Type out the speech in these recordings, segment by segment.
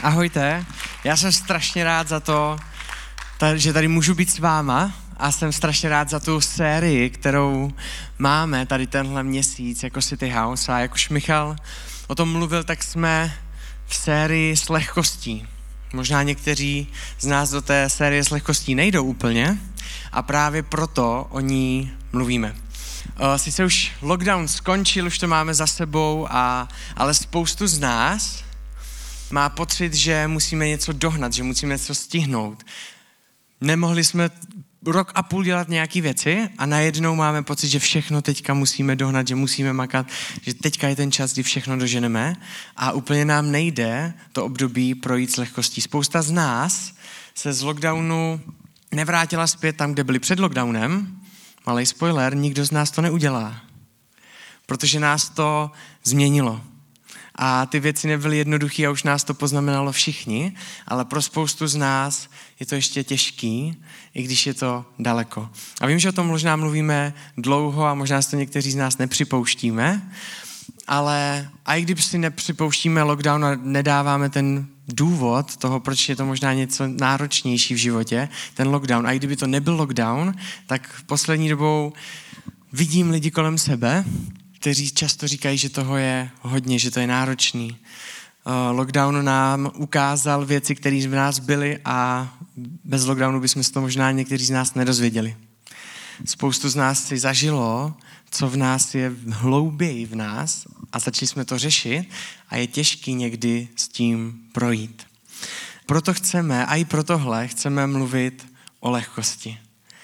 Ahojte, já jsem strašně rád za to, že tady můžu být s váma a jsem strašně rád za tu sérii, kterou máme tady tenhle měsíc jako City House. A jak už Michal o tom mluvil, tak jsme v sérii s lehkostí. Možná někteří z nás do té série s lehkostí nejdou úplně a právě proto o ní mluvíme. Sice už lockdown skončil, už to máme za sebou, ale spoustu z nás má pocit, že musíme něco dohnat, že musíme něco stihnout. Nemohli jsme rok a půl dělat nějaké věci a najednou máme pocit, že všechno teďka musíme dohnat, že musíme makat, že teďka je ten čas, kdy všechno doženeme a úplně nám nejde to období projít s lehkostí. Spousta z nás se z lockdownu nevrátila zpět tam, kde byli před lockdownem. Malej spoiler, nikdo z nás to neudělá, protože nás to změnilo. A ty věci nebyly jednoduché a už nás to poznamenalo všichni, ale pro spoustu z nás je to ještě těžký, i když je to daleko. A vím, že o tom možná mluvíme dlouho a možná si to někteří z nás nepřipouštíme, ale i když si nepřipouštíme lockdown a nedáváme ten důvod toho, proč je to možná něco náročnější v životě, ten lockdown. A i kdyby to nebyl lockdown, tak v poslední dobou vidím lidi kolem sebe, kteří často říkají, že toho je hodně, že to je náročný. Lockdown nám ukázal věci, které v nás byly a bez lockdownu bychom se to možná někteří z nás nedozvěděli. Spoustu z nás si zažilo, co v nás je hlouběji v nás a začali jsme to řešit a je těžký někdy s tím projít. Proto chceme, a i pro tohle chceme mluvit o lehkosti.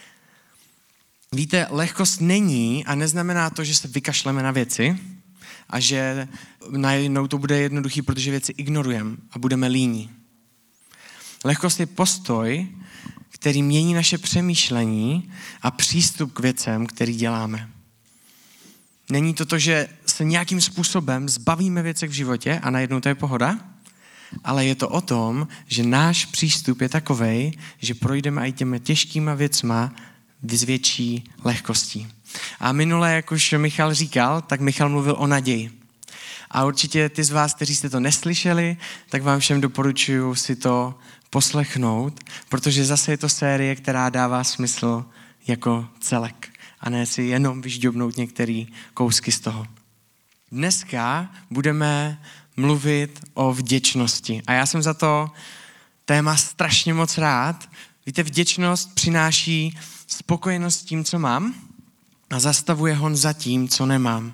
Víte, lehkost není a neznamená to, že se vykašleme na věci a že najednou to bude jednoduchý, protože věci ignorujeme a budeme líní. Lehkost je postoj, který mění naše přemýšlení a přístup k věcem, který děláme. Není to, že se nějakým způsobem zbavíme věcech v životě a najednou to je pohoda, ale je to o tom, že náš přístup je takovej, že projdeme i těmi těžkýma věcma s větší lehkostí. A minule, jak už Michal říkal, tak Michal mluvil o naději. A určitě ty z vás, kteří jste to neslyšeli, tak vám všem doporučuji si to poslechnout, protože zase je to série, která dává smysl jako celek a ne si jenom vyžďobnout některé kousky z toho. Dneska budeme mluvit o vděčnosti a já jsem za to téma strašně moc rád. Víte, vděčnost přináší spokojenost s tím, co mám a zastavuje hon za tím, co nemám.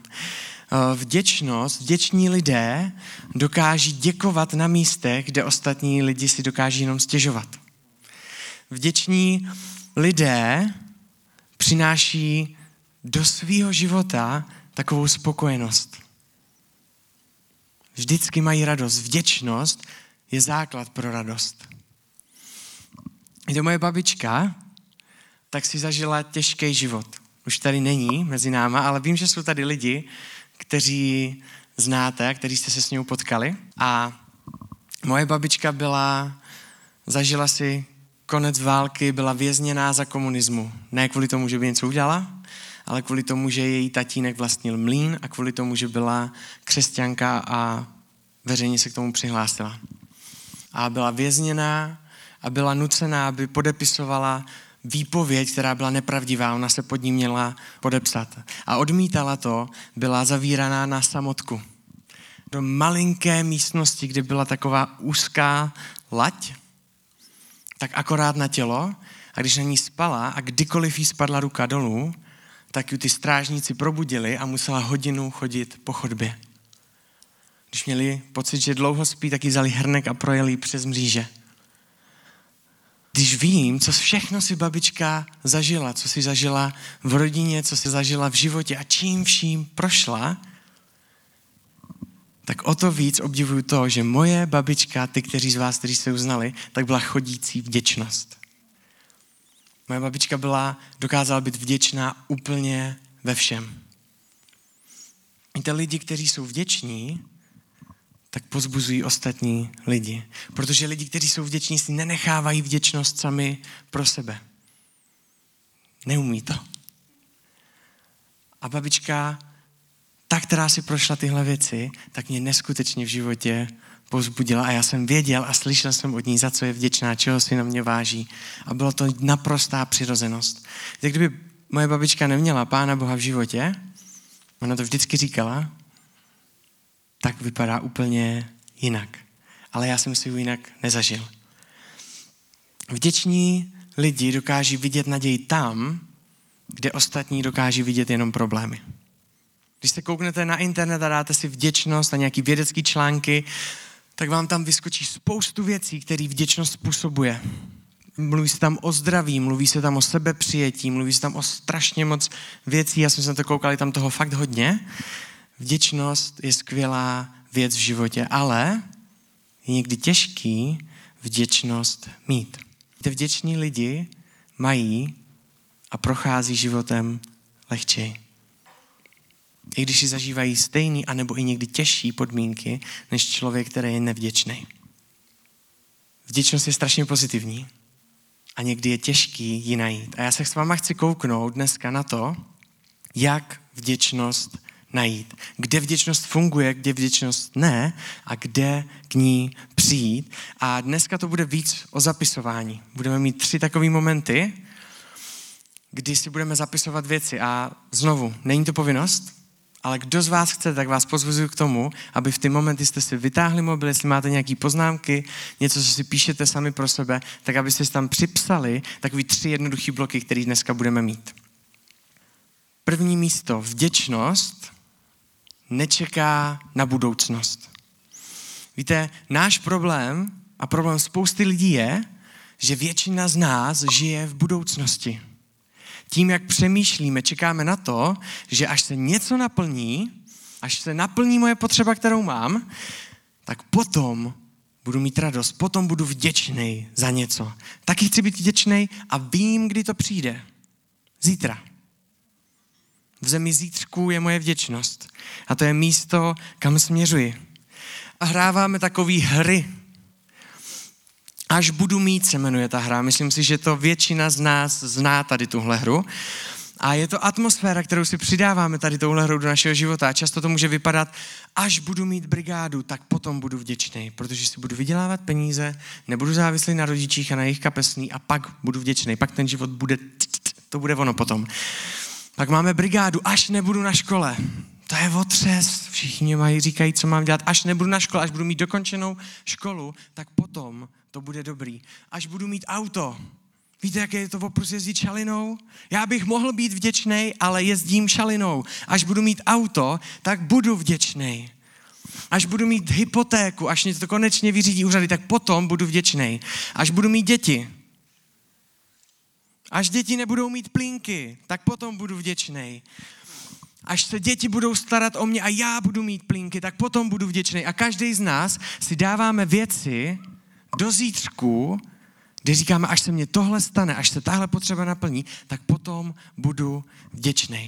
Vděční lidé dokáží děkovat na místech, kde ostatní lidi si dokáží jenom stěžovat. Vděční lidé přináší do svého života takovou spokojenost. Vždycky mají radost. Vděčnost je základ pro radost. Víte, moje babička tak si zažila těžký život. Už tady není mezi náma, ale vím, že jsou tady lidi, kteří znáte, kteří jste se s ní potkali. A moje babička zažila si konec války, byla vězněná za komunismu. Ne kvůli tomu, že by něco udělala, ale kvůli tomu, že její tatínek vlastnil mlýn a kvůli tomu, že byla křesťanka a veřejně se k tomu přihlásila. A byla vězněná a byla nucená, aby podepisovala výpověď, která byla nepravdivá, ona se pod ní měla podepsat. A odmítala to, byla zavíraná na samotku. Do malinké místnosti, kde byla taková úzká lať, tak akorát na tělo, a když na ní spala a kdykoliv jí spadla ruka dolů, tak ji ty strážníci probudili a musela hodinu chodit po chodbě. Když měli pocit, že dlouho spí, tak jí vzali hrnek a projeli ji přes mříže. Když vím, co všechno si babička zažila, co si zažila v rodině, co si zažila v životě a čím vším prošla, tak o to víc obdivuju to, že moje babička, ty, kteří z vás, kteří jste ji znali, tak byla chodící vděčnost. Moje babička dokázala být vděčná úplně ve všem. Víte, lidi, kteří jsou vděční, tak pozbuzují ostatní lidi. Protože lidi, kteří jsou vděční, si nenechávají vděčnost sami pro sebe. Neumí to. A babička, ta, která si prošla tyhle věci, tak mě neskutečně v životě povzbudila a já jsem věděl a slyšel jsem od ní, za co je vděčná, čeho si na mě váží. A bylo to naprostá přirozenost. Tak kdyby moje babička neměla Pána Boha v životě, ona to vždycky říkala, tak vypadá úplně jinak. Ale já jsem si ji jinak nezažil. Vděční lidi dokáží vidět naději tam, kde ostatní dokáží vidět jenom problémy. Když se kouknete na internet a dáte si vděčnost a nějaký vědecký články, tak vám tam vyskočí spoustu věcí, které vděčnost způsobuje. Mluví se tam o zdraví, mluví se tam o sebepřijetí, mluví se tam o strašně moc věcí. Já jsem se na to koukal, je tam toho fakt hodně. Vděčnost je skvělá věc v životě, ale je někdy těžký vděčnost mít. Ty vděční lidi mají a prochází životem lehčej. I když si zažívají stejný, anebo i někdy těžší podmínky, než člověk, který je nevděčný. Vděčnost je strašně pozitivní a někdy je těžký ji najít. A já se s váma chci kouknout dneska na to, jak vděčnost najít. Kde vděčnost funguje, kde vděčnost ne a kde k ní přijít. A dneska to bude víc o zapisování. Budeme mít 3 takové momenty, kdy si budeme zapisovat věci. A znovu, není to povinnost, ale kdo z vás chce, tak vás pozvuzuji k tomu, aby v ty momenty jste si vytáhli mobil, jestli máte nějaké poznámky, něco, co si píšete sami pro sebe, tak abyste si tam připsali takový 3 jednoduchý bloky, které dneska budeme mít. První místo, vděčnost nečeká na budoucnost. Víte, náš problém a problém spousty lidí je, že většina z nás žije v budoucnosti. Tím, jak přemýšlíme, čekáme na to, že až se něco naplní, až se naplní moje potřeba, kterou mám, tak potom budu mít radost, potom budu vděčnej za něco. Taky chci být vděčnej a vím, kdy to přijde. Zítra. V zemi zítřků je moje vděčnost. A to je místo, kam směřuji. A hráváme takové hry. Až budu mít, se jmenuje ta hra. Myslím si, že to většina z nás zná tady tuhle hru. A je to atmosféra, kterou si přidáváme tady touhle hrou do našeho života. A často to může vypadat, až budu mít brigádu, tak potom budu vděčný, protože si budu vydělávat peníze, nebudu závislý na rodičích a na jejich kapesný a pak budu vděčný. Pak ten život bude, to bude ono potom. Pak máme brigádu, až nebudu na škole. To je otřes. Všichni říkají, co mám dělat. Až nebudu na škole, až budu mít dokončenou školu, tak potom to bude dobrý. Až budu mít auto. Víte, jaké je to oprus jezdit šalinou? Já bych mohl být vděčnej, ale jezdím šalinou. Až budu mít auto, tak budu vděčnej. Až budu mít hypotéku, až mě to konečně vyřídí úřady, tak potom budu vděčnej. Až budu mít děti. Až děti nebudou mít plínky, tak potom budu vděčnej. Až se děti budou starat o mě a já budu mít plínky, tak potom budu vděčnej. A každý z nás si dáváme věci do zítřku, kdy říkáme, až se mně tohle stane, až se tahle potřeba naplní, tak potom budu vděčnej.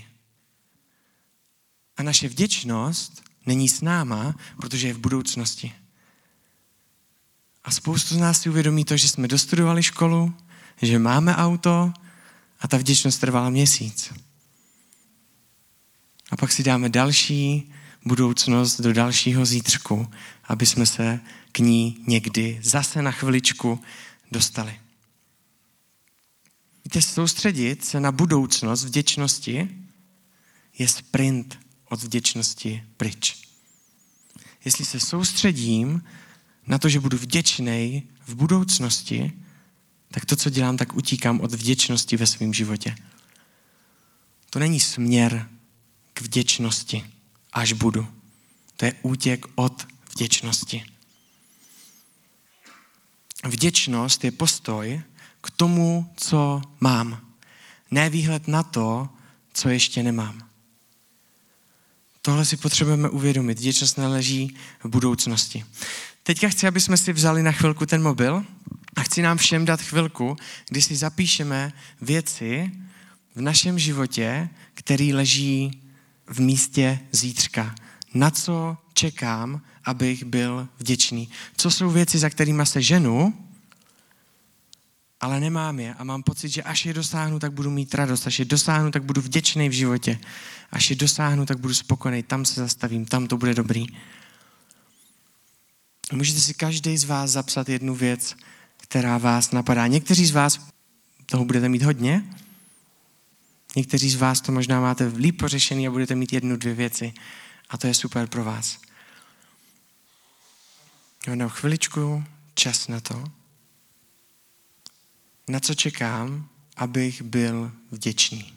A naše vděčnost není s náma, protože je v budoucnosti. A spoustu z nás si uvědomí to, že jsme dostudovali školu, že máme auto a ta vděčnost trvala měsíc. A pak si dáme další budoucnost do dalšího zítřku, aby jsme se k ní někdy zase na chviličku dostali. Víte, soustředit se na budoucnost vděčnosti je sprint od vděčnosti pryč. Jestli se soustředím na to, že budu vděčnej v budoucnosti, tak to, co dělám, tak utíkám od vděčnosti ve svém životě. To není směr k vděčnosti, až budu. To je útěk od vděčnosti. Vděčnost je postoj k tomu, co mám. Ne výhled na to, co ještě nemám. Tohle si potřebujeme uvědomit. Vděčnost neleží v budoucnosti. Teďka chci, aby jsme si vzali na chvilku ten mobil a chci nám všem dát chvilku, kdy si zapíšeme věci v našem životě, který leží v místě zítřka. Na co čekám, abych byl vděčný. Co jsou věci, za kterými se ženu, ale nemám je a mám pocit, že až je dosáhnu, tak budu mít radost. Až je dosáhnu, tak budu vděčný v životě. Až je dosáhnu, tak budu spokojený. Tam se zastavím, tam to bude dobrý. Můžete si každý z vás zapsat jednu věc, která vás napadá. Někteří z vás toho budete mít hodně, někteří z vás to možná máte líp pořešený a budete mít 1-2 věci. A to je super pro vás. Na chviličku čas na to, na co čekám, abych byl vděčný.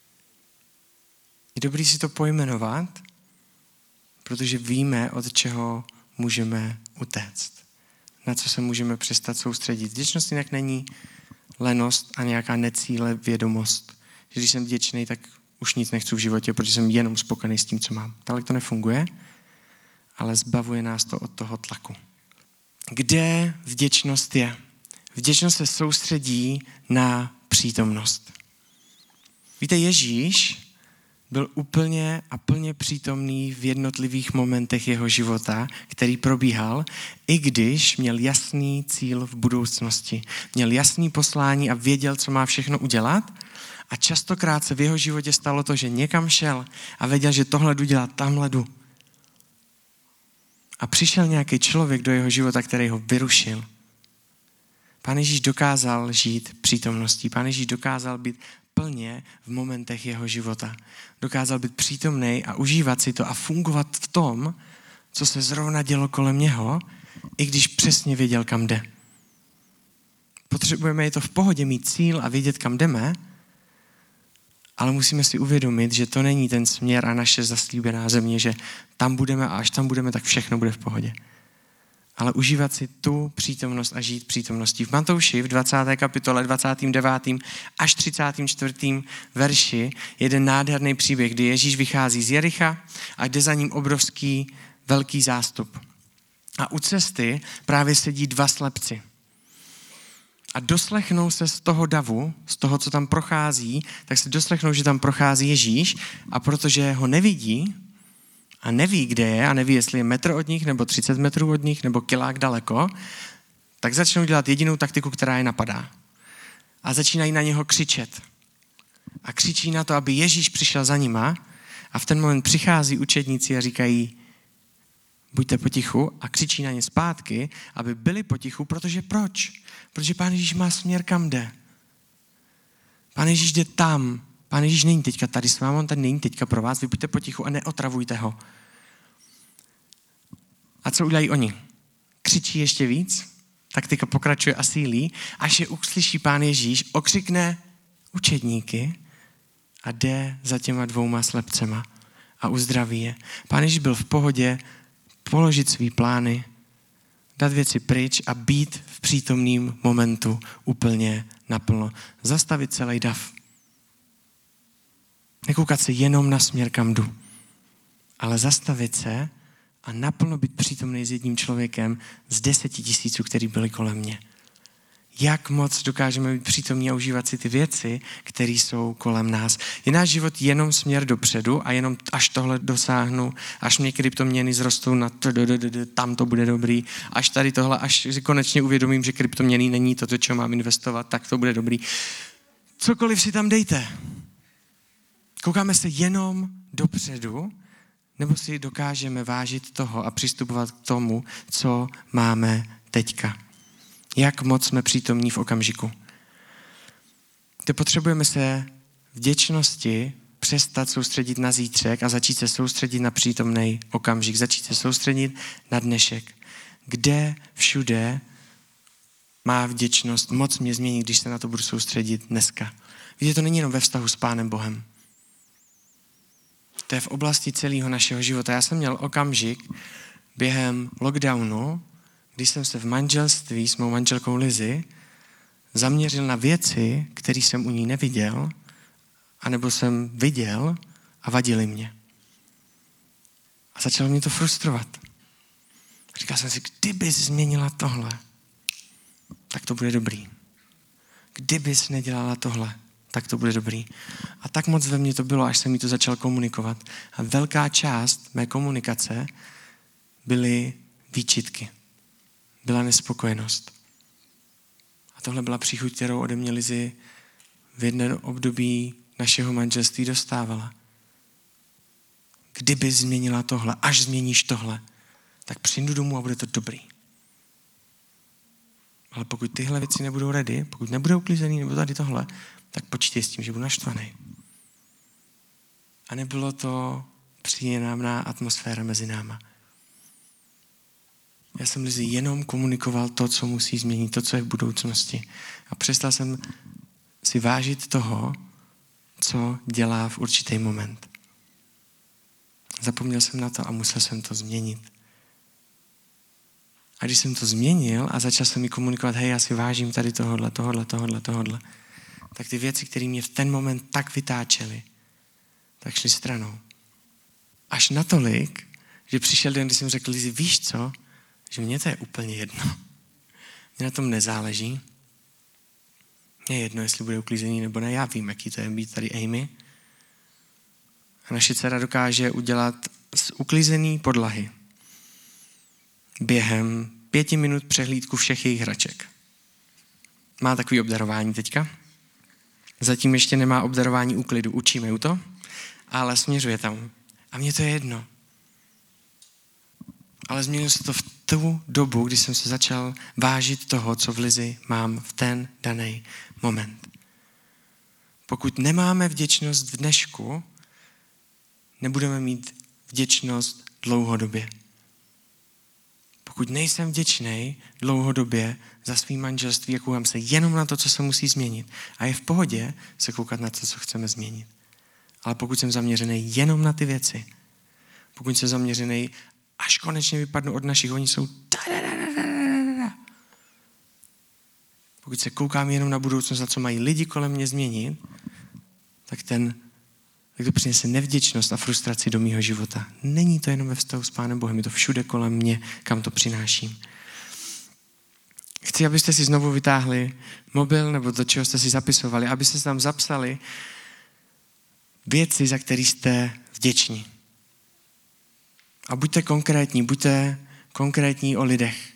Je dobrý si to pojmenovat, protože víme, od čeho můžeme utéct. Na co se můžeme přestat soustředit. Vděčnost jinak není lenost a nějaká necíle vědomost. Že když jsem vděčný, tak už nic nechci v životě, protože jsem jenom spokojený s tím, co mám. Tak to nefunguje, ale zbavuje nás to od toho tlaku. Kde vděčnost je? Vděčnost se soustředí na přítomnost. Víte, Ježíš byl úplně a plně přítomný v jednotlivých momentech jeho života, který probíhal, i když měl jasný cíl v budoucnosti. Měl jasný poslání a věděl, co má všechno udělat. A častokrát se v jeho životě stalo to, že někam šel a věděl, že tohle jdu dělat, tamhle jdu. A přišel nějaký člověk do jeho života, který ho vyrušil. Pán Ježíš dokázal žít přítomností. Pán Ježíš dokázal být plně v momentech jeho života. Dokázal být přítomnej a užívat si to a fungovat v tom, co se zrovna dělo kolem něho, i když přesně věděl, kam jde. Potřebujeme je to v pohodě mít cíl a vědět, kam jdeme, ale musíme si uvědomit, že to není ten směr a naše zaslíbená země, že tam budeme a až tam budeme, tak všechno bude v pohodě. Ale užívat si tu přítomnost a žít přítomností. V Matouši v 20. kapitole 29. až 34. verši jeden nádherný příběh, kdy Ježíš vychází z Jericha a jde za ním obrovský velký zástup. A u cesty právě sedí 2 slepci. A doslechnou se z toho davu, z toho, co tam prochází, tak se doslechnou, že tam prochází Ježíš a protože ho nevidí a neví, kde je a neví, jestli je metr od nich, nebo 30 metrů od nich, nebo kilák daleko, tak začnou dělat jedinou taktiku, která je napadá. A začínají na něho křičet. A křičí na to, aby Ježíš přišel za nima a v ten moment přichází učedníci a říkají, buďte potichu a křičí na ně zpátky, aby byli potichu, protože proč? Protože Pán Ježíš má směr, kam jde. Pán Ježíš jde tam. Pán Ježíš není teďka tady s vámi, on tady není teďka pro vás, vy buďte potichu a neotravujte ho. A co udělají oni? Křičí ještě víc, taktika pokračuje a sílí, až je uslyší Pán Ježíš, okřikne učedníky a jde za těma 2 slepcema a uzdraví je. Pán Ježíš byl v pohodě položit svý plány, dát věci pryč a být v přítomném momentu úplně naplno. Zastavit celý dav. Nekoukat se jenom na směr, kam jdu, ale zastavit se a naplno být přítomný s jedním člověkem z 10 000, který byli kolem mě. Jak moc dokážeme být přítomní a užívat si ty věci, které jsou kolem nás. Je náš život jenom směr dopředu a jenom až tohle dosáhnu, až mě kryptoměny zrostou na tam to bude dobrý, až tady tohle, až si konečně uvědomím, že kryptoměny není to, co mám investovat, tak to bude dobrý. Cokoliv si tam dejte. Koukáme se jenom dopředu, nebo si dokážeme vážit toho a přistupovat k tomu, co máme teďka. Jak moc jsme přítomní v okamžiku. To potřebujeme se vděčnosti přestat soustředit na zítřek a začít se soustředit na přítomný okamžik. Začít se soustředit na dnešek. Kde všude má vděčnost moc mě změnit, když se na to budu soustředit dneska. Víte, to není jenom ve vztahu s Pánem Bohem. To je v oblasti celého našeho života. Já jsem měl okamžik během lockdownu, když jsem se v manželství s mou manželkou Lizy zaměřil na věci, které jsem u ní neviděl, anebo jsem viděl a vadily mě. A začalo mě to frustrovat. Říkal jsem si, kdybys změnila tohle, tak to bude dobrý. Kdybys nedělala tohle, tak to bude dobrý. A tak moc ve mně to bylo, až jsem mi to začal komunikovat. A velká část mé komunikace byly výčitky. Byla nespokojenost. A tohle byla příchuť, kterou ode mě Lizy v jednom období našeho manželství dostávala. Kdyby změnila tohle, až změníš tohle, tak přijdu domů a bude to dobrý. Ale pokud tyhle věci nebudou ready, pokud nebudou uklizený nebo tady tohle, tak počítej s tím, že budu naštvaný. A nebylo to příjemná atmosféra mezi náma. Já jsem Lizi jenom komunikoval to, co musí změnit, to, co je v budoucnosti. A přestal jsem si vážit toho, co dělá v určitý moment. Zapomněl jsem na to a musel jsem to změnit. A když jsem to změnil a začal jsem mi komunikovat, hej, já si vážím tady tohodle, tak ty věci, které mě v ten moment tak vytáčely, tak šly stranou. Až natolik, že přišel den, kdy jsem řekl, Lizi, víš co? Že mně to je úplně jedno. Mně na tom nezáleží. Mně je jedno, jestli bude uklízený nebo ne. Já vím, jaký to je být tady Amy. A naše dcera dokáže udělat z uklízený podlahy během 5 minut přehlídku všech jejich hraček. Má takový obdarování teďka. Zatím ještě nemá obdarování úklidu. Učíme ju to, ale směřuje tam. A mně to je jedno. Ale změnilo se to v tu dobu, kdy jsem se začal vážit toho, co v Lizi mám v ten daný moment. Pokud nemáme vděčnost v dnešku, nebudeme mít vděčnost dlouhodobě. Pokud nejsem vděčný dlouhodobě za svý manželství a koukám se jenom na to, co se musí změnit a je v pohodě se koukat na to, co chceme změnit. Ale pokud jsem zaměřený jenom na ty věci, pokud jsem zaměřený, až konečně vypadnu od našich, oni jsou pokud se koukám jenom na budoucnost, za co mají lidi kolem mě změnit, tak to přinese nevděčnost a frustraci do mýho života. Není to jenom ve vztahu s Pánem Bohem, je to všude kolem mě, kam to přináším. Chci, abyste si znovu vytáhli mobil nebo do čeho jste si zapisovali, abyste si tam zapsali věci, za které jste vděční. A buďte konkrétní o lidech.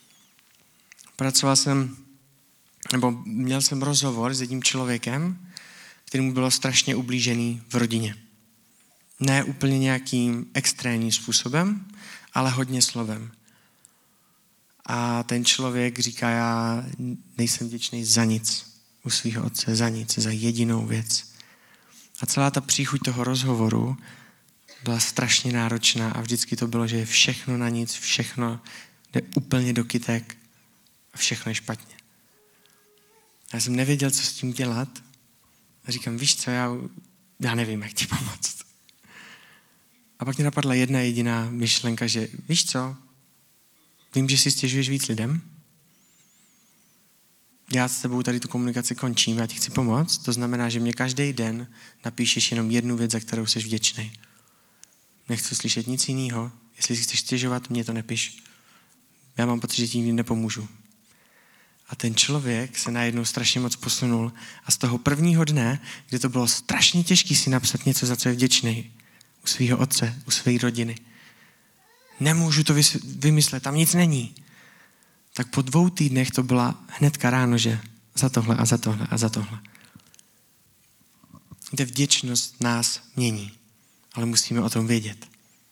Měl jsem rozhovor s jedním člověkem, kterému bylo strašně ublížený v rodině. Ne úplně nějakým extrémním způsobem, ale hodně slovem. A ten člověk říká, já nejsem vděčný za nic u svého otce, za jedinou věc. A celá ta příchuť toho rozhovoru byla strašně náročná a vždycky to bylo, že je všechno na nic, všechno jde úplně do kytek a všechno je špatně. Já jsem nevěděl, co s tím dělat a říkám, víš co, já nevím, jak ti pomoct. A pak mě napadla jedna jediná myšlenka, že víš co, vím, že si stěžuješ víc lidem, já s tebou tady tu komunikaci končím, já ti chci pomoct, to znamená, že mě každý den napíšeš jenom jednu věc, za kterou jsi vděčný. Nechci slyšet nic jiného. Jestli si chceš stěžovat, mě to nepiš. Já mám pocit, že tím nepomůžu. A ten člověk se najednou strašně moc posunul a z toho prvního dne, kdy to bylo strašně těžké si napsat něco, za co je vděčný, u svého otce, u své rodiny. Nemůžu to vymyslet, tam nic není. Tak po 2 týdnech to byla hnedka ráno, že za tohle a za tohle a za tohle. Kde vděčnost nás mění. Ale musíme o tom vědět.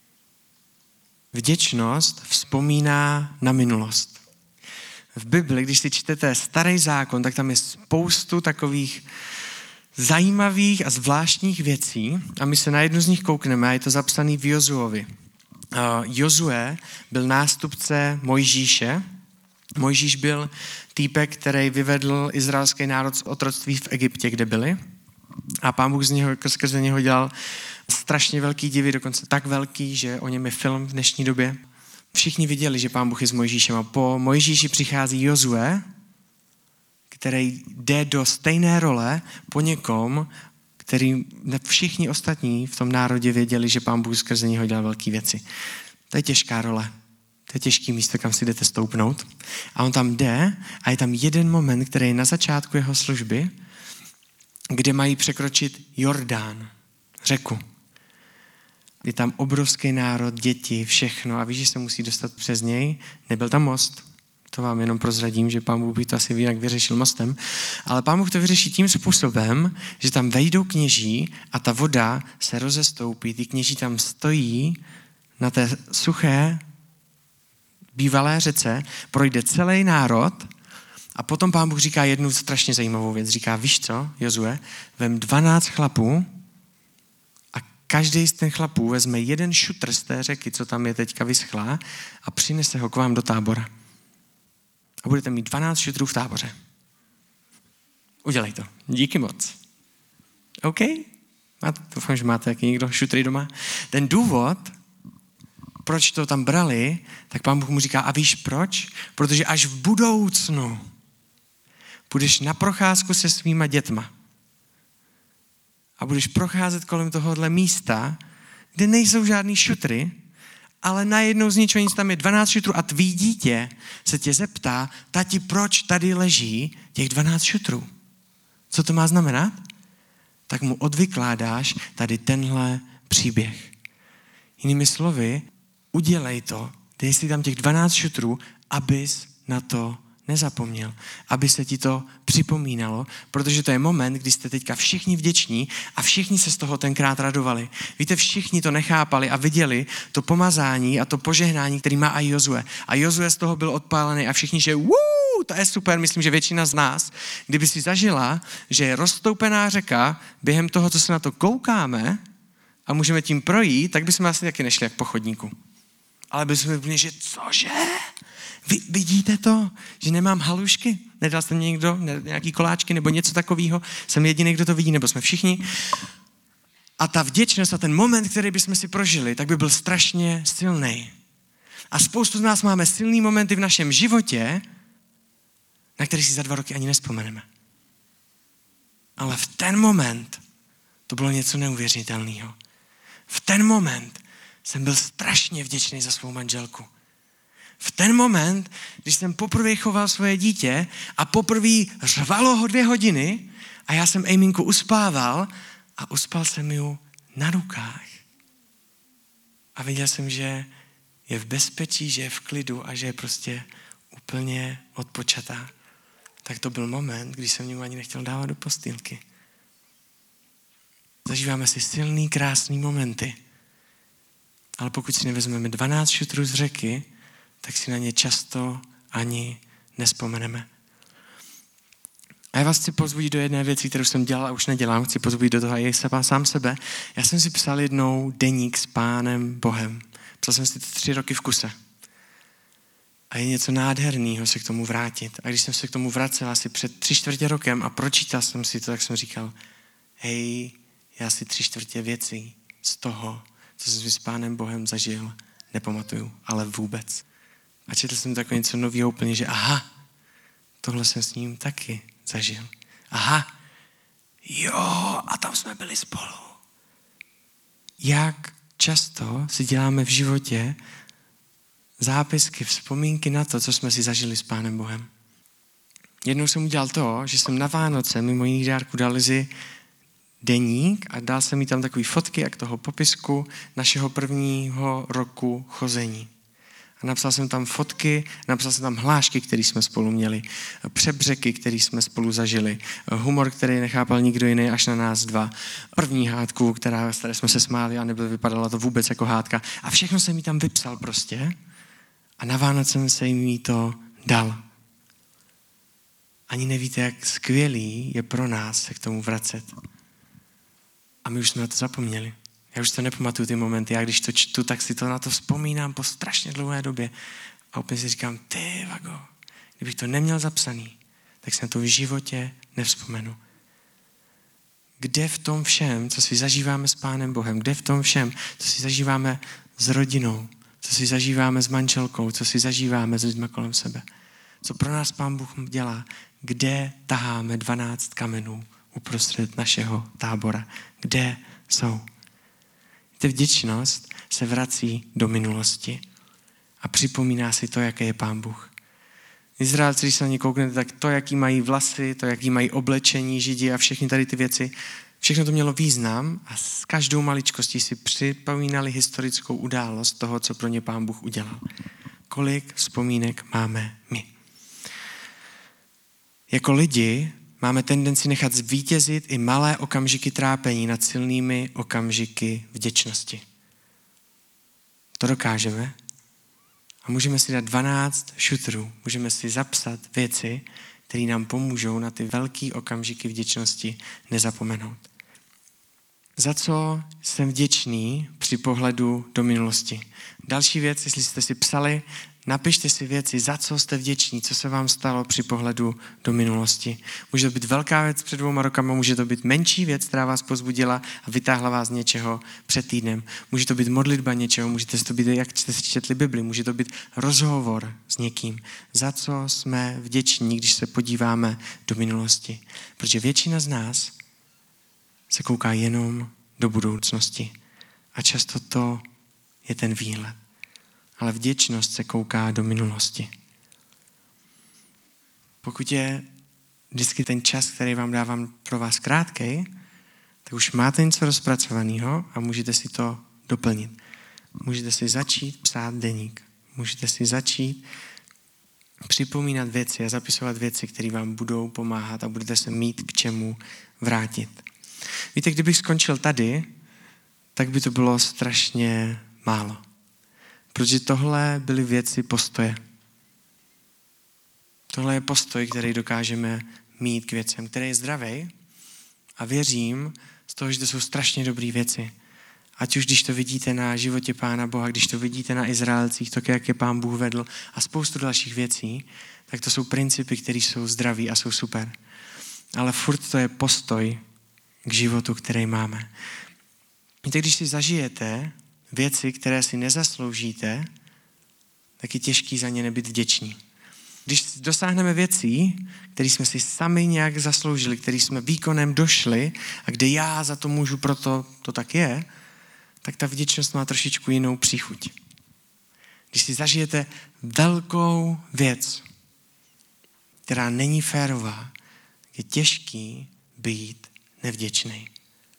Vděčnost vzpomíná na minulost. V Bibli, když si čtete Starý zákon, tak tam je spoustu takových zajímavých a zvláštních věcí a my se na jednu z nich koukneme a je to zapsaný v Jozuovi. Jozue byl nástupce Mojžíše. Mojžíš byl týpek, který vyvedl izraelský národ z otroctví v Egyptě, kde byli. A Pán Bůh skrze něho dělal strašně velký divy, dokonce tak velký, že o něm je film v dnešní době. Všichni viděli, že Pán Bůh je s Mojžíšem a po Mojžíši přichází Jozue, který jde do stejné role po někom, který všichni ostatní v tom národě věděli, že Pán Bůh skrze něho dělal velké věci. To je těžká role. To je těžký místo, kam si jdete stoupnout. A on tam jde a je tam jeden moment, který je na začátku jeho služby, kde mají překročit Jordán, řeku. Je tam obrovský národ, děti, všechno a víš, že se musí dostat přes něj. Nebyl tam most, to vám jenom prozradím, že Pán Bůh by to asi jinak vyřešil mostem, ale Pán Bůh to vyřeší tím způsobem, že tam vejdou kněží a ta voda se rozestoupí, ty kněží tam stojí na té suché bývalé řece, projde celý národ A potom Pán Bůh říká jednu strašně zajímavou věc. Říká, víš co, Jozue, vem 12 chlapů a každý z těch chlapů vezme jeden šutr z té řeky, co tam je teďka vyschlá, a přinese ho k vám do tábora. A budete mít 12 šutrů v táboře. Udělej to. Díky moc. OK? Doufám, že máte jaký někdo šutry doma. Ten důvod, proč to tam brali, tak Pán Bůh mu říká, a víš proč? Protože až v budoucnu budeš na procházku se svýma dětma a budeš procházet kolem tohohle místa, kde nejsou žádný šutry, ale najednou z ničeho nic tam je 12 šutrů a tvý dítě se tě zeptá, tati, proč tady leží těch 12 šutrů? Co to má znamenat? Tak mu odvykládáš tady tenhle příběh. Jinými slovy, udělej to, dej si tam těch 12 šutrů, abys na to nezapomněl, aby se ti to připomínalo, protože to je moment, kdy jste teďka všichni vděční a všichni se z toho tenkrát radovali. Víte, všichni to nechápali a viděli to pomazání a to požehnání, který má i Jozue. A Jozue z toho byl odpálený a všichni, že to je super, myslím, že většina z nás, kdyby si zažila, že je roztoupená řeka během toho, co se na to koukáme a můžeme tím projít, tak bychom asi taky nešli jak po chodníku. Ale bychom byli, že cože? Vy vidíte to, že nemám halušky? Nedal jste mě někdo nějaký koláčky nebo něco takového? Jsem jediný, kdo to vidí, nebo jsme všichni? A ta vděčnost a ten moment, který bychom si prožili, tak by byl strašně silný. A spoustu z nás máme silný momenty v našem životě, na který si za 2 roky ani nespomeneme. Ale v ten moment to bylo něco neuvěřitelného. V ten moment jsem byl strašně vděčný za svou manželku. V ten moment, když jsem poprvé choval svoje dítě a poprvé řvalo ho 2 hodiny a já jsem Ejminku uspával a uspal jsem ju na rukách. A viděl jsem, že je v bezpečí, že je v klidu a že je prostě úplně odpočatá. Tak to byl moment, kdy jsem ju ani nechtěl dávat do postýlky. Zažíváme si silný, krásný momenty. Ale pokud si nevezmeme 12 šutrů z řeky, tak si na ně často ani nespomeneme. A já vás chci pozbudit do jedné věci, kterou jsem dělal a už nedělám. Chci pozbudit do toho i sám sebe. Já jsem si psal jednou deník s Pánem Bohem. Psal jsem si to 3 roky v kuse. A je něco nádherného se k tomu vrátit. A když jsem se k tomu vracel asi před 3/4 rokem a pročítal jsem si to, tak jsem říkal, hej, já si 3/4 věcí z toho, co jsem si s Pánem Bohem zažil, nepamatuju, ale vůbec. A četl jsem takové něco nového úplně, že aha, tohle jsem s ním taky zažil. Aha, jo, a tam jsme byli spolu. Jak často si děláme v životě zápisky, vzpomínky na to, co jsme si zažili s Pánem Bohem. Jednou jsem udělal to, že jsem na Vánoce mimo jiných dárků dal Lizi deník a dal jsem jí tam takový fotky, jak toho popisku našeho prvního roku chození. A napsal jsem tam fotky, napsal jsem tam hlášky, které jsme spolu měli, přebřeky, které jsme spolu zažili, humor, který nechápal nikdo jiný až na nás 2, první hádku, z které jsme se smáli a vypadala to vůbec jako hádka. A všechno jsem jí tam vypsal prostě a na Vánoce jsem jí to dal. Ani nevíte, jak skvělý je pro nás se k tomu vracet. A my už jsme na to zapomněli. Já už to nepamatuju ty momenty. Já když to čtu, tak si to na to vzpomínám po strašně dlouhé době. A opět si říkám, ty vago, kdybych to neměl zapsaný, tak si na to v životě nevzpomenu. Kde v tom všem, co si zažíváme s Pánem Bohem, kde v tom všem, co si zažíváme s rodinou, co si zažíváme s manželkou, co si zažíváme s lidmi kolem sebe, co pro nás Pán Bůh dělá, kde taháme 12 kamenů uprostřed našeho tábora, kde jsou. Ta vděčnost se vrací do minulosti a připomíná si to, jaký je Pán Bůh. Izraelci, když se na ně kouknete, tak to, jaký mají vlasy, to, jaký mají oblečení Židi a všechny tady ty věci, všechno to mělo význam a s každou maličkostí si připomínali historickou událost toho, co pro ně Pán Bůh udělal. Kolik vzpomínek máme my? Jako lidi máme tendenci nechat zvítězit i malé okamžiky trápení nad silnými okamžiky vděčnosti. To dokážeme a můžeme si dát 12 šutrů, můžeme si zapsat věci, které nám pomůžou na ty velké okamžiky vděčnosti nezapomenout. Za co jsem vděčný při pohledu do minulosti? Další věc, jestli jste si psali, napište si věci, za co jste vděční, co se vám stalo při pohledu do minulosti. Může to být velká věc před 2 rokama, může to být menší věc, která vás pozbudila a vytáhla vás z něčeho před týdnem. Může to být modlitba něčeho, může to být, jak jste si četli Bibli, může to být rozhovor s někým. Za co jsme vděční, když se podíváme do minulosti. Protože většina z nás se kouká jenom do budoucnosti. A často to je ten výhled. Ale vděčnost se kouká do minulosti. Pokud je vždycky ten čas, který vám dávám pro vás krátkej, tak už máte něco rozpracovaného a můžete si to doplnit. Můžete si začít psát deník. Můžete si začít připomínat věci a zapisovat věci, které vám budou pomáhat a budete se mít k čemu vrátit. Víte, kdybych skončil tady, tak by to bylo strašně málo. Protože tohle byly věci postoje. Tohle je postoj, který dokážeme mít k věcem, který je zdravý a věřím z toho, že to jsou strašně dobré věci. Ať už když to vidíte na životě Pána Boha, když to vidíte na Izraelcích, to, jak je Pán Bůh vedl a spoustu dalších věcí, tak to jsou principy, které jsou zdraví a jsou super. Ale furt to je postoj k životu, který máme. Víte, když si zažijete věci, které si nezasloužíte, tak je těžký za ně nebyt vděční. Když dosáhneme věcí, které jsme si sami nějak zasloužili, které jsme výkonem došli a kde já za to můžu, proto to tak je, tak ta vděčnost má trošičku jinou příchuť. Když si zažijete velkou věc, která není férová, je těžký být nevděčný.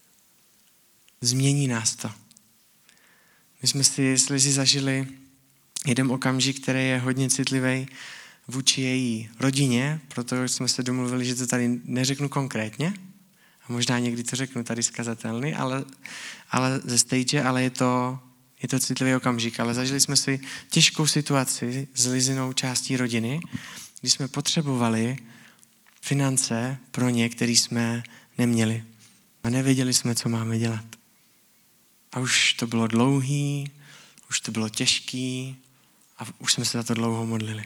Změní nás to. My jsme si s Lizy zažili jeden okamžik, který je hodně citlivý vůči její rodině, proto jsme se domluvili, že to tady neřeknu konkrétně, a možná někdy to řeknu tady zkazatelný, ale ze stage, ale je to citlivý okamžik. Ale zažili jsme si těžkou situaci s Lizinou částí rodiny, kdy jsme potřebovali finance pro ně, které jsme neměli. A nevěděli jsme, co máme dělat. A už to bylo dlouhý, už to bylo těžký a už jsme se za to dlouho modlili.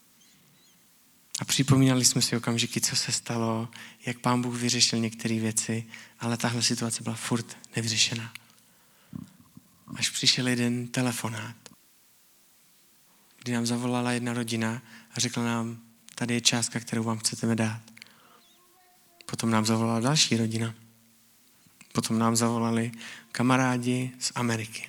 A připomínali jsme si okamžiky, co se stalo, jak Pán Bůh vyřešil některé věci, ale tahle situace byla furt nevyřešená. Až přišel jeden telefonát, kdy nám zavolala jedna rodina a řekla nám, tady je částka, kterou vám chceme dát. Potom nám zavolala další rodina. Potom nám zavolali kamarádi z Ameriky.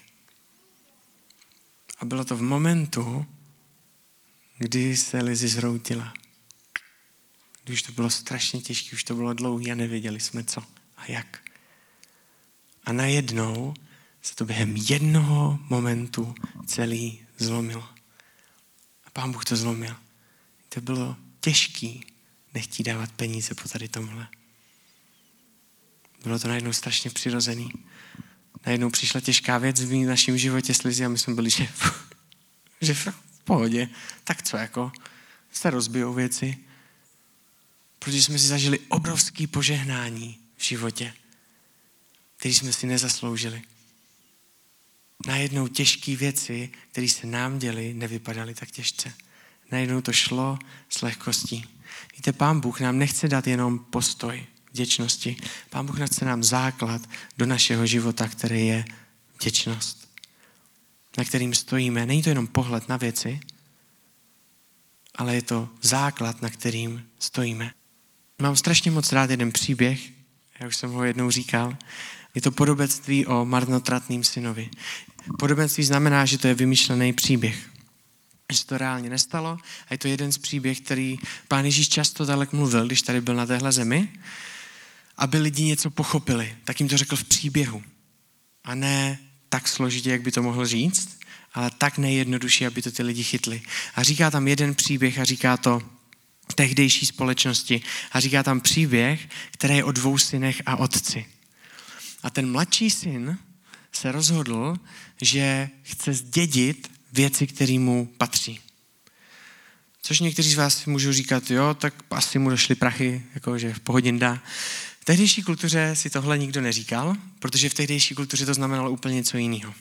A bylo to v momentu, kdy se Lizy zhroutila. Když to bylo strašně těžké, už to bylo dlouhé a nevěděli jsme co a jak. A najednou se to během jednoho momentu celý zlomilo. A Pán Bůh to zlomil. To bylo těžký nechtít dávat peníze po tady tomhle. Bylo to najednou strašně přirozený. Najednou přišla těžká věc v našem životě s Lizy a my jsme byli, že v pohodě. Tak co jako? Se rozbijou věci. Protože jsme si zažili obrovský požehnání v životě, který jsme si nezasloužili. Najednou těžké věci, které se nám děly, nevypadaly tak těžce. Najednou to šlo s lehkostí. Víte, Pán Bůh nám nechce dát jenom postoj vděčnosti. Pán Bůh chce nám základ do našeho života, který je vděčnost. Na kterým stojíme. Není to jenom pohled na věci, ale je to základ, na kterým stojíme. Mám strašně moc rád jeden příběh, já už jsem ho jednou říkal. Je to podobenství o marnotratným synovi. Podobenství znamená, že to je vymyšlený příběh. Že to reálně nestalo a je to jeden z příběh, který Pán Ježíš často dalek mluvil, když tady byl na téhle zemi, aby lidi něco pochopili. Tak jim to řekl v příběhu. A ne tak složitě, jak by to mohl říct, ale tak nejjednodušší, aby to ty lidi chytli. A říká tam jeden příběh a říká to v tehdejší společnosti. A říká tam příběh, který je o 2 synech a otci. A ten mladší syn se rozhodl, že chce zdědit věci, které mu patří. Což někteří z vás můžou říkat, jo, tak asi mu došly prachy, jakože v pohodinda. V tehdejší kultuře si tohle nikdo neříkal, protože v tehdejší kultuře to znamenalo úplně něco jiného.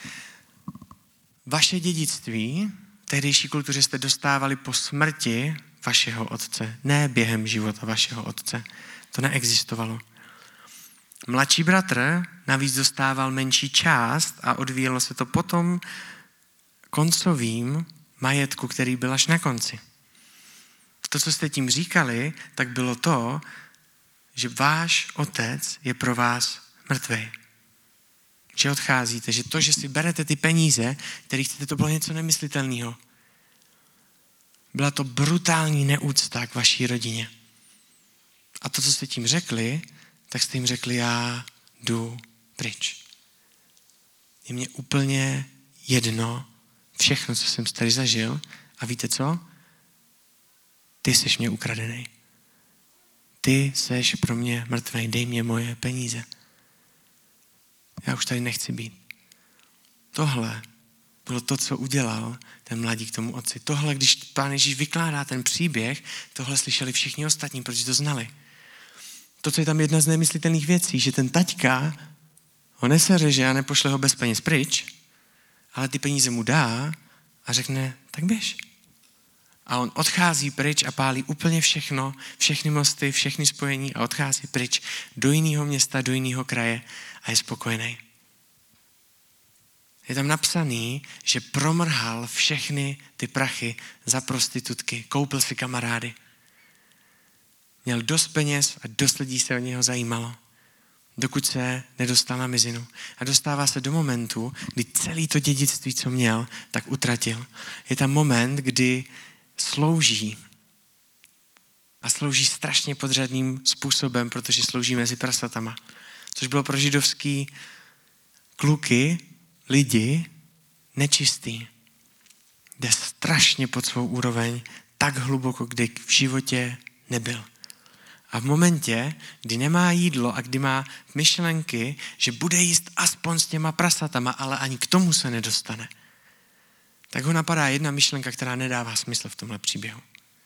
Vaše dědictví v tehdejší kultuře jste dostávali po smrti vašeho otce, ne během života vašeho otce. To neexistovalo. Mladší bratr navíc dostával menší část a odvíjelo se to potom koncovým majetku, který byl až na konci. To, co jste tím říkali, tak bylo to, že váš otec je pro vás mrtvej. Že odcházíte, že to, že si berete ty peníze, které chcete, to bylo něco nemyslitelného. Byla to brutální neúcta k vaší rodině. A to, co jste tím řekli, tak jste jim řekli, já jdu pryč. Je mě úplně jedno všechno, co jsem tady zažil. A víte co? Ty seš mě ukradený. Ty seš pro mě mrtvej, dej mě moje peníze. Já už tady nechci být. Tohle bylo to, co udělal ten mladík tomu otci. Tohle, když Pán Ježíš vykládá ten příběh, tohle slyšeli všichni ostatní, protože to znali. To, co je tam jedna z nemyslitelných věcí, že ten taťka ho neseřeže a nepošle ho bez peněz pryč, ale ty peníze mu dá a řekne, tak běž. A on odchází pryč a pálí úplně všechno, všechny mosty, všechny spojení a odchází pryč do jiného města, do jiného kraje a je spokojený. Je tam napsaný, že promrhal všechny ty prachy za prostitutky, koupil si kamarády. Měl dost peněz a dost lidí se o něho zajímalo, dokud se nedostal na mizinu. A dostává se do momentu, kdy celé to dědictví, co měl, tak utratil. Je tam moment, kdy slouží. A slouží strašně podřadným způsobem, protože slouží mezi prasatama. Což bylo pro židovský kluky, lidi, nečistý. Jde strašně pod svou úroveň, tak hluboko, kdy v životě nebyl. A v momentě, kdy nemá jídlo a kdy má myšlenky, že bude jíst aspoň s těma prasatama, ale ani k tomu se nedostane, tak ho napadá jedna myšlenka, která nedává smysl v tomhle příběhu.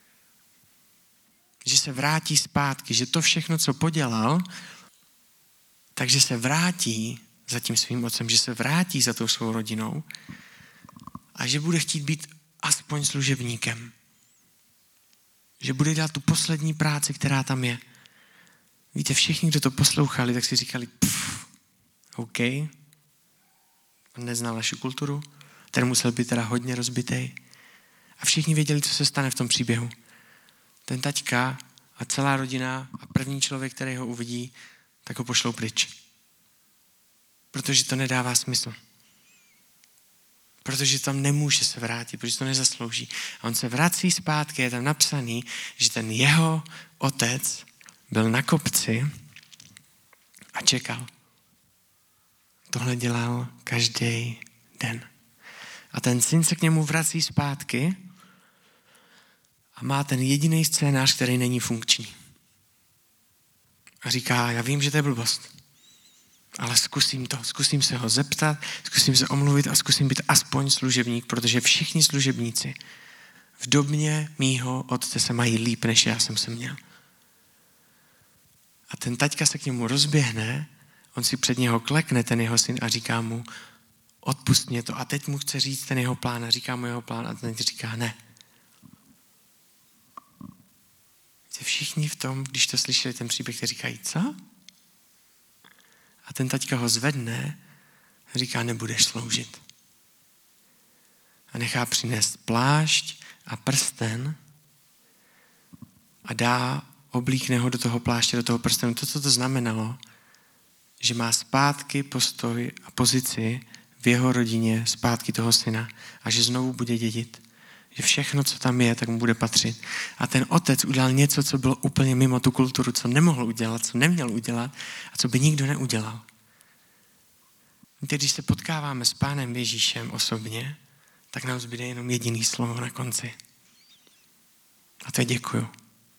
Že se vrátí zpátky, že to všechno, co podělal, takže se vrátí za tím svým otcem, že se vrátí za tou svou rodinou a že bude chtít být aspoň služebníkem. Že bude dělat tu poslední práci, která tam je. Víte, všichni, kdo to poslouchali, tak si říkali, OK, on neznal naši kulturu, ten musel být teda hodně rozbitej. A všichni věděli, co se stane v tom příběhu. Ten taťka a celá rodina a první člověk, který ho uvidí, tak ho pošlou pryč. Protože to nedává smysl. Protože tam nemůže se vrátit, protože to nezaslouží. A on se vrací zpátky, je tam napsaný, že ten jeho otec byl na kopci a čekal. Tohle dělal každý den. A ten syn se k němu vrací zpátky a má ten jediný scénář, který není funkční. A říká, já vím, že to je blbost, ale zkusím se ho zeptat, zkusím se omluvit a zkusím být aspoň služebník, protože všichni služebníci v době mýho otce se mají líp, než já jsem se měl. A ten taťka se k němu rozběhne, on si před něho klekne, ten jeho syn, a říká mu, odpust mě to. A teď mu chce říct ten jeho plán a říká mu jeho plán a ten říká ne. Všichni v tom, když to slyšeli ten příběh, tak říkají, co? A ten taťka ho zvedne a říká, nebudeš sloužit. A nechá přinést plášť a prsten a oblíkne ho do toho pláště, do toho prstenu. To, co to znamenalo, že má zpátky postoj a pozici v jeho rodině, zpátky toho syna a že znovu bude dědit. Že všechno, co tam je, tak mu bude patřit. A ten otec udělal něco, co bylo úplně mimo tu kulturu, co nemohl udělat, co neměl udělat a co by nikdo neudělal. Víte, když se potkáváme s Pánem Ježíšem osobně, tak nám zbyde jenom jediný slovo na konci. A to je děkuju.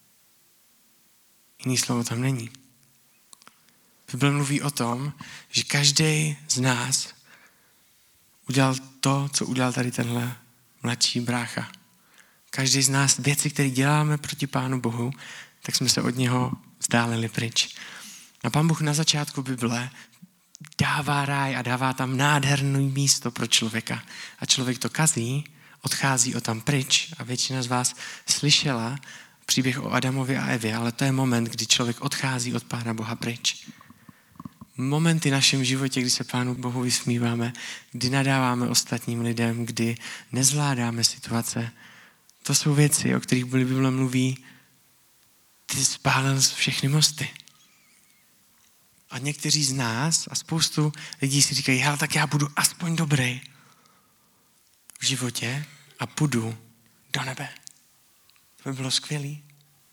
Jiný slovo tam není. Bible mluví o tom, že každý z nás udělal to, co udělal tady tenhle mladší brácha. Každý z nás věci, které děláme proti Pánu Bohu, tak jsme se od něho vzdálili pryč. A Pán Bůh na začátku Bible dává ráj a dává tam nádherné místo pro člověka. A člověk to kazí, odchází o tam pryč a většina z vás slyšela příběh o Adamovi a Evě, ale to je moment, kdy člověk odchází od Pána Boha pryč. Momenty v našem životě, kdy se Pánu Bohu vysmíváme, kdy nadáváme ostatním lidem, kdy nezvládáme situace, to jsou věci, o kterých Bible mluví, ty spálil všechny mosty. A někteří z nás a spoustu lidí si říkají, hele, tak já budu aspoň dobrý v životě a půjdu do nebe. To by bylo skvělý.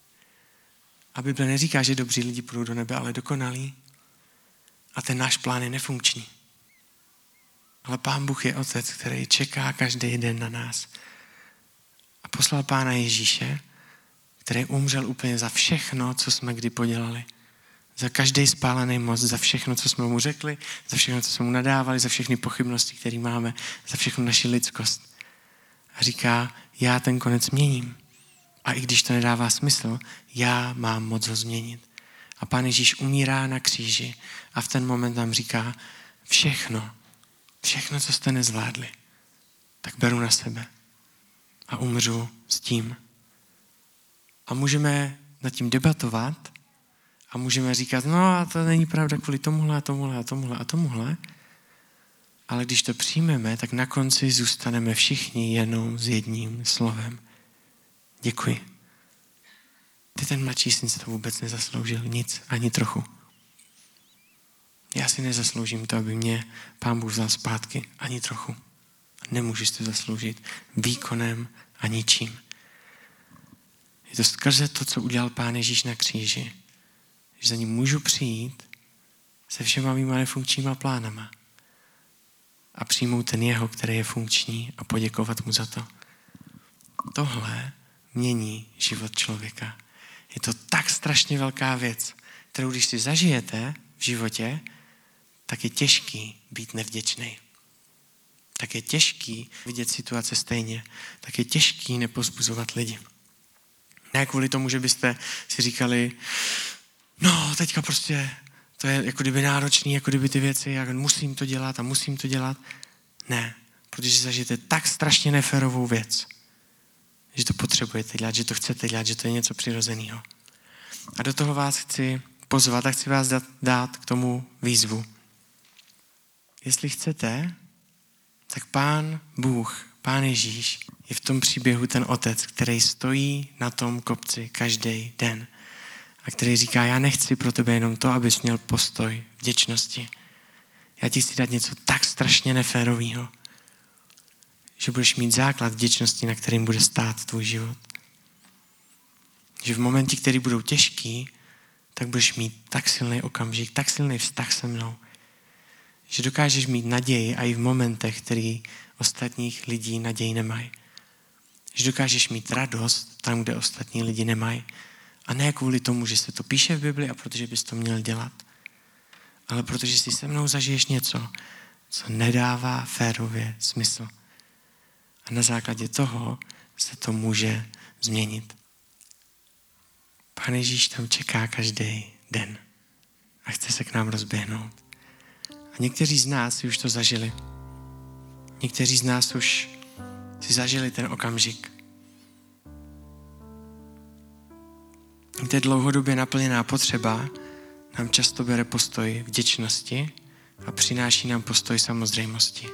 A Bible neříká, že dobří lidi půjdou do nebe, ale dokonalí. A ten náš plán je nefunkční. Ale Pán Bůh je Otec, který čeká každý den na nás. A poslal Pána Ježíše, který umřel úplně za všechno, co jsme kdy podělali. Za každý spálený most, za všechno, co jsme mu řekli, za všechno, co jsme mu nadávali, za všechny pochybnosti, které máme, za všechnu naši lidskost. A říká, já ten konec měním. A i když to nedává smysl, já mám moc ho změnit. A Pán Ježíš umírá na kříži a v ten moment nám říká, všechno, co jste nezvládli, tak beru na sebe a umřu s tím. A můžeme nad tím debatovat a můžeme říkat, no a to není pravda kvůli tomuhle. Ale když to přijmeme, tak na konci zůstaneme všichni jenom s jedním slovem. Děkuji. Ty ten mladší syn si to vůbec nezasloužil, nic, ani trochu. Já si nezasloužím to, aby mě Pán Bůh vzal zpátky, ani trochu. Nemůžeš to zasloužit výkonem a ničím. Je to skrze to, co udělal Pán Ježíš na kříži, že za ním můžu přijít se všema mýma nefunkčníma plánama a přijmout ten jeho, který je funkční a poděkovat mu za to. Tohle mění život člověka. Je to tak strašně velká věc, kterou když si zažijete v životě, tak je těžký být nevděčný. Tak je těžký vidět situace stejně. Tak je těžký nepozbuzovat lidi. Ne kvůli tomu, že byste si říkali, no teďka prostě to je jako kdyby náročný, jako kdyby ty věci, jak musím to dělat. Ne, protože zažijete tak strašně neférovou věc, že to potřebujete dělat, že to chcete dělat, že to je něco přirozeného. A do toho vás chci pozvat a chci vás dát k tomu výzvu. Jestli chcete, tak Pán Bůh, Pán Ježíš je v tom příběhu ten Otec, který stojí na tom kopci každý den a který říká, já nechci pro tebe jenom to, abys měl postoj vděčnosti. Já ti chci dát něco tak strašně neférového, že budeš mít základ vděčnosti, na kterým bude stát tvůj život. Že v momentě, který budou těžký, tak budeš mít tak silný okamžik, tak silný vztah se mnou, že dokážeš mít naději i v momentech, který ostatních lidí naději nemají. Že dokážeš mít radost tam, kde ostatní lidi nemají. A ne kvůli tomu, že se to píše v Bibli a protože bys to měl dělat. Ale protože si se mnou zažiješ něco, co nedává férově smysl. A na základě toho se to může změnit. Pán Ježíš tam čeká každý den a chce se k nám rozběhnout. A někteří z nás si už to zažili. Někteří z nás už si zažili ten okamžik. To je dlouhodobě naplněná potřeba, nám často bere postoj vděčnosti a přináší nám postoj samozřejmosti.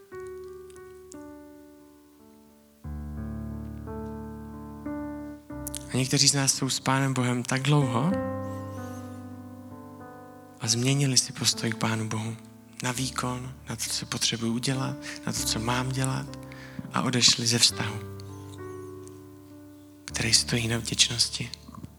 A někteří z nás jsou s Pánem Bohem tak dlouho a změnili si postoj k Pánu Bohu. Na výkon, na to, co potřebuji udělat, na to, co mám dělat a odešli ze vztahu, který stojí na vděčnosti.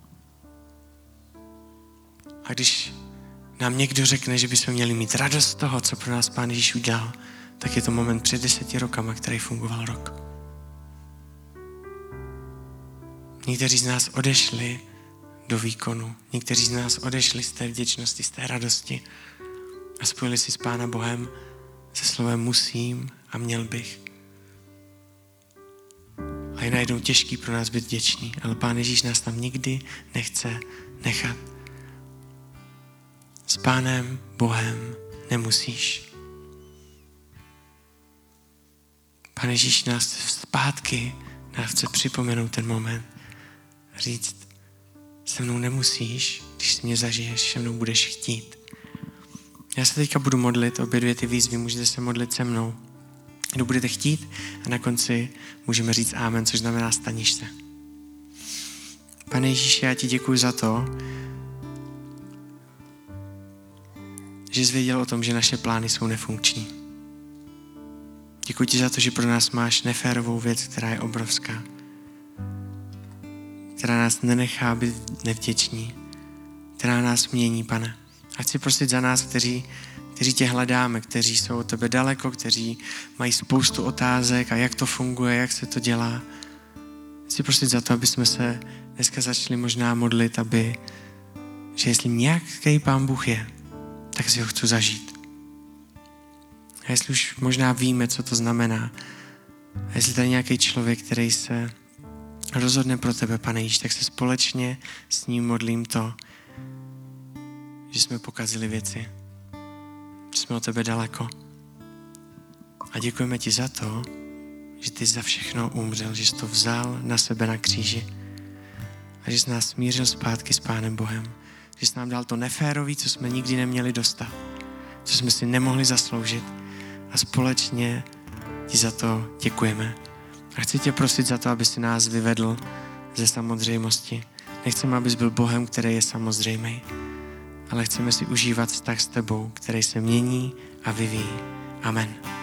A když nám někdo řekne, že bychom měli mít radost z toho, co pro nás Pán Ježíš udělal, tak je to moment před 10 rokama, který fungoval rok. Někteří z nás odešli do výkonu, někteří z nás odešli z té vděčnosti, z té radosti a spojili si s Pána Bohem se slovem musím a měl bych. A A je najednou těžký pro nás být vděční, ale Pán Ježíš nás tam nikdy nechce nechat. S Pánem Bohem nemusíš. Pán Ježíš nás zpátky chce připomenout ten moment. Říct, se mnou nemusíš, když si mě zažiješ, se mnou budeš chtít. Já se teďka budu modlit, obě dvě ty výzvy, můžete se modlit se mnou. Kdo budete chtít a na konci můžeme říct amen, což znamená staníš se. Pane Ježíši, já ti děkuji za to, že jsi věděl o tom, že naše plány jsou nefunkční. Děkuji ti za to, že pro nás máš neférovou věc, která je obrovská. Která nás nenechá být nevděční. Která nás mění, Pane. A chci prosit za nás, kteří tě hledáme, kteří jsou od tebe daleko, kteří mají spoustu otázek a jak to funguje, jak se to dělá. Chci prosit za to, aby jsme se dneska začali možná modlit, že jestli nějaký Pán Bůh je, tak si ho chci zažít. A jestli už možná víme, co to znamená, a jestli tady nějaký člověk, který se rozhodne pro tebe, Pane Ježíš, tak se společně s ním modlím to, že jsme pokazili věci, že jsme od tebe daleko. A děkujeme ti za to, že ty za všechno umřel, že jsi to vzal na sebe na kříži a že jsi nás smířil zpátky s Pánem Bohem, že jsi nám dal to neférový, co jsme nikdy neměli dostat, co jsme si nemohli zasloužit a společně ti za to děkujeme. A chci tě prosit za to, aby si nás vyvedl ze samozřejmosti. Nechceme, abys byl Bohem, který je samozřejmý, ale chceme si užívat vztah s tebou, který se mění a vyvíjí. Amen.